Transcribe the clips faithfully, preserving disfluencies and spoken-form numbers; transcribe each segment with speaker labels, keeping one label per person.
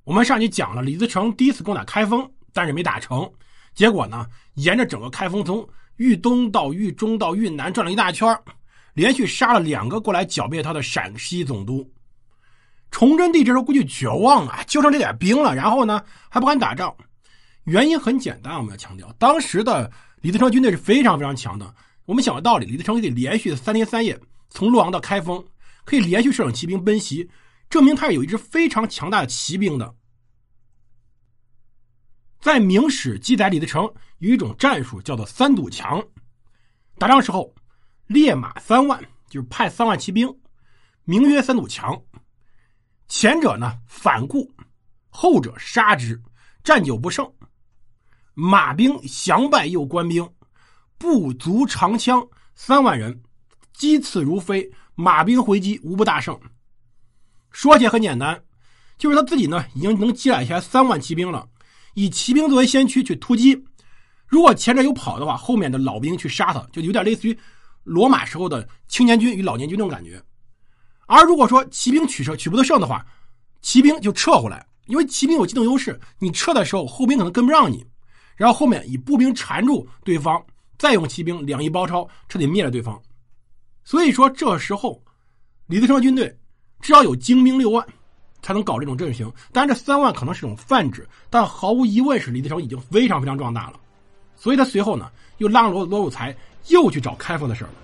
Speaker 1: 我们上集讲了李自成第一次攻打开封，但是没打成，结果呢，沿着整个开封从豫东到豫中到豫南转了一大圈，连续杀了两个过来剿灭他的陕西总督。崇祯帝这时候估计绝望啊，就剩这点兵了，然后呢还不敢打仗。原因很简单，我们要强调，当时的李自成军队是非常非常强的。我们想个道理，李自成可以连续三天三夜从洛阳到开封，可以连续率领骑兵奔袭，证明他是有一支非常强大的骑兵的。在明史记载，李自成有一种战术叫做三堵墙。打仗时候列马三万，就是派三万骑兵，名曰三堵墙。前者呢反顾，后者杀之，战久不胜。马兵降败右官兵，步卒长枪三万人，击刺如飞，马兵回击无不大胜。说起来很简单，就是他自己呢已经能积攒下来三万骑兵了，以骑兵作为先驱去突击，如果前者有跑的话，后面的老兵去杀他，就有点类似于罗马时候的青年军与老年军那种感觉。而如果说骑兵取胜取不得胜的话，骑兵就撤回来，因为骑兵有机动优势，你撤的时候后兵可能跟不上你，然后后面以步兵缠住对方，再用骑兵两翼包抄，彻底灭了对方。所以说这时候李自成军队至少有精兵六万才能搞这种阵型，当然这三万可能是种泛指，但毫无疑问是李自成已经非常非常壮大了。所以他随后呢又拉罗罗有才又去找开封的事了。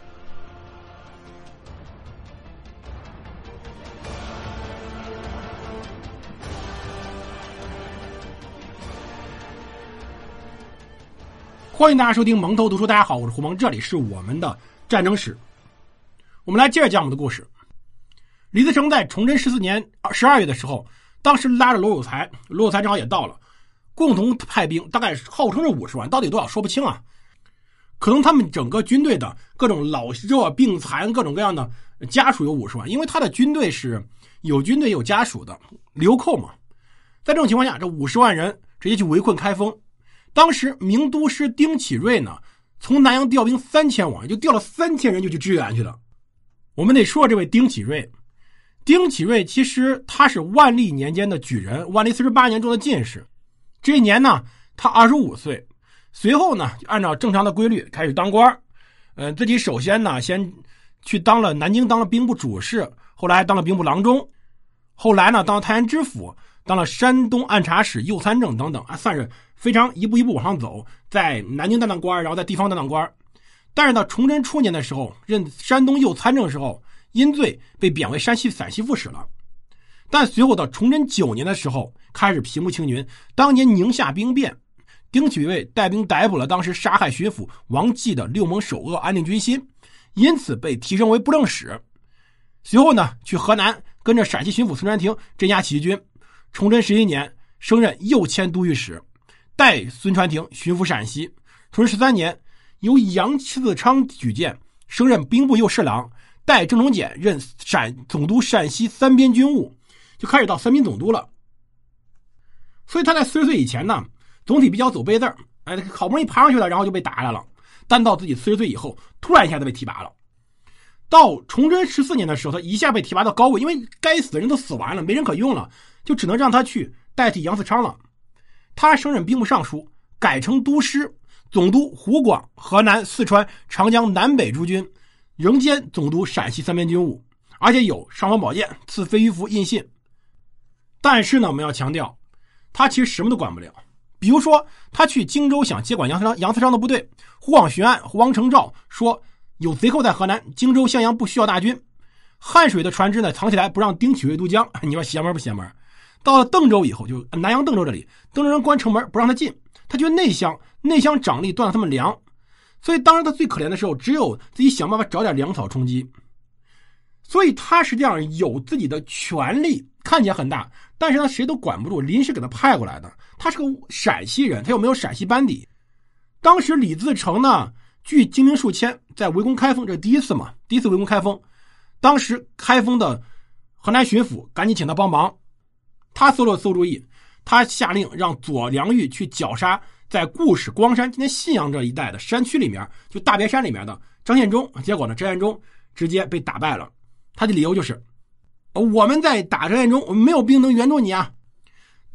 Speaker 1: 欢迎大家收听蒙头读书，大家好，我是胡蒙，这里是我们的战争史。我们来接着讲我们的故事。李自成在崇祯十四年十二月的时候，当时拉着罗有才，罗有才正好也到了，共同派兵，大概号称是五十万，到底多少说不清啊。可能他们整个军队的各种老弱病残各种各样的家属有五十万，因为他的军队是有军队有家属的流寇嘛。在这种情况下，这五十万人直接去围困开封。当时明都师丁启瑞呢，从南阳调兵三千往，也就调了三千人就去支援去了。我们得说这位丁启瑞，丁启瑞其实他是万历年间的举人，万历四十八年中的进士。这一年呢，他二十五岁，随后呢，就按照正常的规律开始当官。呃，自己首先呢，先去当了南京，当了兵部主事，后来当了兵部郎中，后来呢，当了太原知府，当了山东按察使、右参政等等，啊，算是非常一步一步往上走，在南京当当官，然后在地方当当官。但是到崇祯初年的时候，任山东右参政的时候，因罪被贬为山西陕西副使了。但随后到崇祯九年的时候，开始平步青云。当年宁夏兵变，丁启瑞带兵逮捕了当时杀害巡抚王继的六盟首恶，安定军心，因此被提升为布政使。随后呢，去河南跟着陕西巡抚孙传庭镇压起义军。崇祯十一年升任右迁都御史，代孙传庭巡抚陕西。崇祯十三年由杨嗣昌举荐，升任兵部右侍郎，代郑崇俭任陕总督陕西三边军务，就开始到三边总督了。所以他在四十岁以前呢，总体比较走背字儿，哎，好不容易爬上去了，然后就被打下来了。但到自己四十岁以后，突然一下子被提拔了。到崇祯十四年的时候，他一下被提拔到高位，因为该死的人都死完了，没人可用了，就只能让他去代替杨嗣昌了。他升任兵部尚书，改成都师，总督湖广、河南、四川、长江南北诸军，仍兼总督陕西三边军务，而且有尚方宝剑、赐飞鱼符印信。但是呢，我们要强调，他其实什么都管不了。比如说，他去荆州想接管杨嗣昌、杨嗣昌的部队，湖广巡按王承照说有贼寇在河南，荆州、襄阳不需要大军。汉水的船只呢藏起来，不让丁启瑞渡江。你说邪门不邪门？到了邓州以后，就南阳邓州这里，邓州人关城门不让他进，他觉得内乡内乡长吏断了他们粮，所以当时他最可怜的时候，只有自己想办法找点粮草充饥。所以他实际上有自己的权力，看起来很大，但是他谁都管不住，临时给他派过来的。他是个陕西人，他又没有陕西班底。当时李自成呢，据精兵数千，在围攻开封，这是第一次嘛，第一次围攻开封。当时开封的河南巡抚赶紧请他帮忙，他馊了馊主意，他下令让左良玉去绞杀在固始、光山今天信阳这一带的山区里面，就大别山里面的张献忠。结果呢，张献忠直接被打败了。他的理由就是，我们在打张献忠，我们没有兵能援助你啊。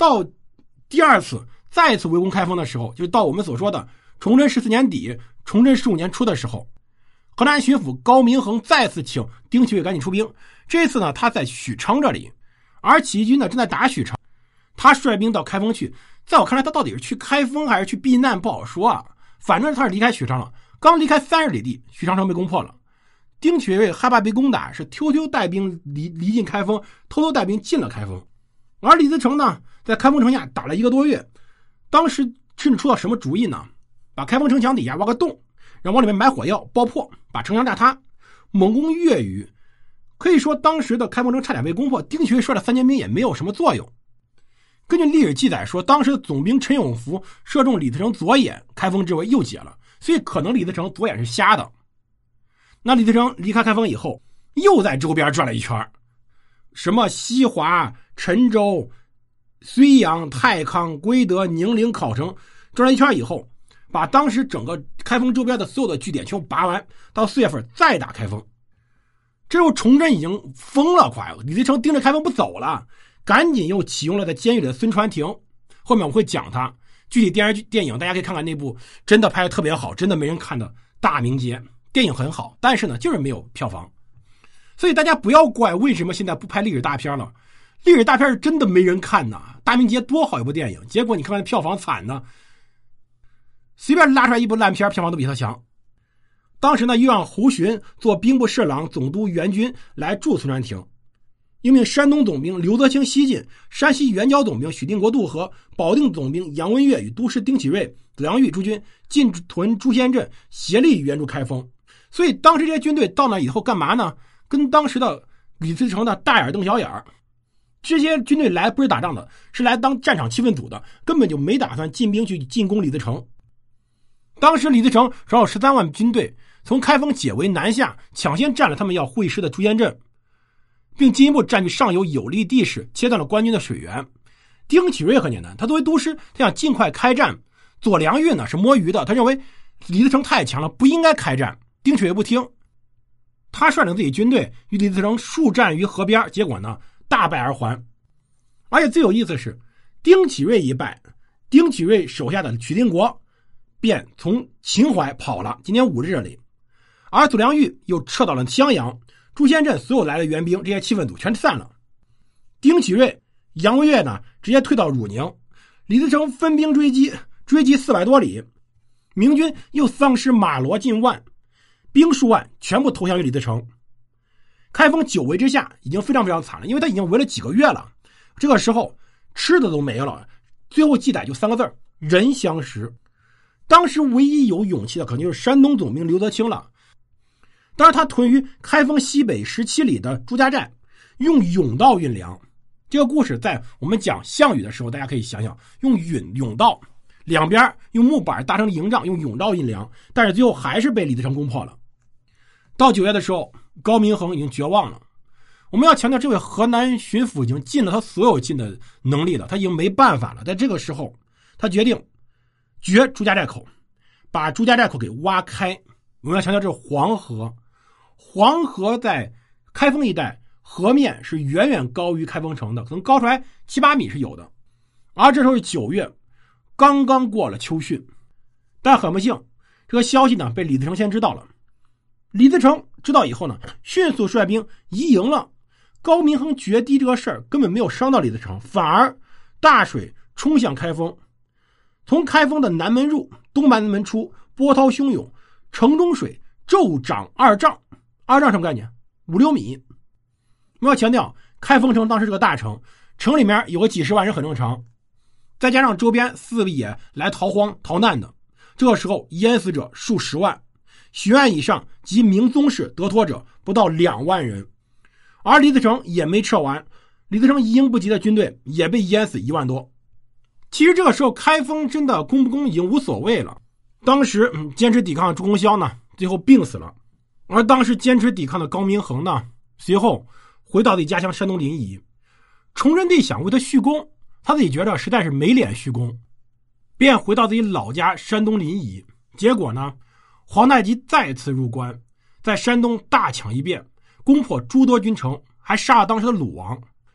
Speaker 1: 到第二次再次围攻开封的时候，就是到我们所说的崇祯十四年底、崇祯十五年初的时候，河南巡抚高民衡再次请丁启瑞赶紧出兵。这次呢，他在许昌这里，而起义军呢正在打许昌，他率兵到开封去。在我看来，他到底是去开封还是去避难不好说啊。反正他是离开许昌了，刚离开三十里地，许昌城被攻破了。丁启瑞害怕被攻打，是偷偷带兵离离进开封，偷偷带兵进了开封。而李自成呢，在开封城下打了一个多月，当时甚至出到什么主意呢？把开封城墙底下挖个洞，然后往里面埋火药爆破，把城墙炸塌，猛攻粤语。可以说当时的开封城差点被攻破，丁启瑞率了三千兵也没有什么作用。根据历史记载说，当时的总兵陈永福射中李自成左眼，开封之围又解了，所以可能李自成左眼是瞎的。那李自成离开开封以后，又在周边转了一圈，什么西华、陈州、睢阳、太康、归德、宁陵、考城，转了一圈以后，把当时整个开封周边的所有的据点全部拔完，到四月份再打开封。这时候崇祯已经疯了，快李自成盯着开封不走了，赶紧又启用了在监狱里的孙传庭。后面我会讲他具体电视剧电影，大家可以看看那部真的拍的特别好，真的没人看的大明街，电影很好，但是呢就是没有票房。所以大家不要怪为什么现在不拍历史大片了，历史大片是真的没人看呐。大明街多好一部电影，结果你看看票房惨呢，随便拉出来一部烂片票房都比他强。当时呢又让侯恂做兵部侍郎、总督援军来助孙传庭，又命山东总兵刘泽清西进，山西援剿总兵许定国渡河，保定总兵杨文岳与都师丁启瑞、子良玉诸军进屯朱仙镇，协力援助开封。所以当时这些军队到那以后干嘛呢？跟当时的李自成的大眼瞪小眼儿。这些军队来不是打仗的，是来当战场气氛组的，根本就没打算进兵去进攻李自成。当时李自成手有十三万军队，从开封解围南下，抢先占了他们要会师的朱仙镇，并进一步占据上游有利地势，切断了官军的水源。丁启瑞很简单，他作为都师，他想尽快开战。左良玉呢是摸鱼的，他认为李自成太强了，不应该开战。丁启瑞不听，他率领自己军队与李自成数战于河边，结果呢大败而还。而且最有意思的是，丁启瑞一败，丁启瑞手下的许定国便从秦淮跑了，今年武日这里。而左良玉又撤到了襄阳，朱仙镇所有来的援兵，这些气氛组全散了。丁启瑞、杨文岳呢直接退到汝宁，李自成分兵追击，追击四百多里，明军又丧失马骡近万，兵数万，全部投降于李自成。开封久围之下已经非常非常惨了，因为他已经围了几个月了，这个时候吃的都没了，最后记载就三个字：人相食。当时唯一有勇气的可能就是山东总兵刘泽清了。当时他屯于开封西北十七里的朱家寨，用甬道运粮。这个故事在我们讲项羽的时候，大家可以想想，用甬甬道两边用木板搭成营帐，用甬道运粮，但是最后还是被李自成攻破了。到九月的时候，高民衡已经绝望了。我们要强调，这位河南巡抚已经尽了他所有尽的能力了，他已经没办法了。在这个时候，他决定掘朱家寨口，把朱家寨口给挖开。我们要强调，这是黄河，黄河在开封一带河面是远远高于开封城的，可能高出来七八米是有的。而这时候是九月，刚刚过了秋汛，但很不幸，这个消息呢被李自成先知道了。李自成知道以后呢，迅速率兵移营了。高民衡决堤这个事儿根本没有伤到李自成，反而大水冲向开封。从开封的南门入、东南门出，波涛汹涌，城中水骤涨二丈。二丈什么概念？五六米。我们要强调，开封城当时是个大城，城里面有个几十万人很正常，再加上周边四野来逃荒逃难的，这个时候淹死者数十万，许愿以上及明宗室得脱者不到两万人。而李自成也没撤完，李自成一应不及的军队也被淹死一万多。其实这个时候开封真的攻不攻已经无所谓了。当时、嗯、坚持抵抗的朱公绡呢最后病死了，而当时坚持抵抗的高民衡呢随后回到自己家乡山东临沂。崇祯帝想为他续功，他自己觉得实在是没脸续功，便回到自己老家山东临沂。结果呢，皇太极再次入关，在山东大抢一遍，攻破诸多军城，还杀了当时的鲁王。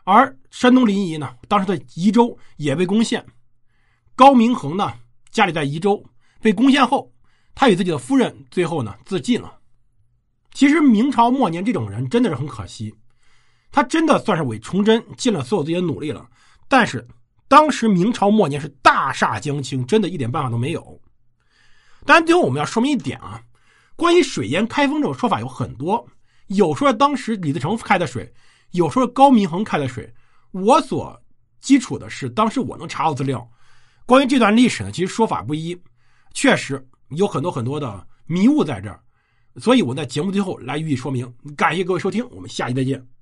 Speaker 1: 而山东临沂呢，当时的宜州也被攻陷。高明衡呢，家里在宜州，被攻陷后，他与自己的夫人最后呢自尽了。其实明朝末年这种人真的是很可惜，他真的算是为崇祯尽了所有自己的努力了，但是当时明朝末年是大厦将倾，真的一点办法都没有。当然最后我们要说明一点啊，关于水淹开封这种说法有很多，有说当时李自成开的水，有说高明衡开的水。我所基础的是当时我能查到资料，关于这段历史呢，其实说法不一，确实有很多很多的迷雾在这儿，所以我在节目最后来予以说明。感谢各位收听，我们下期再见。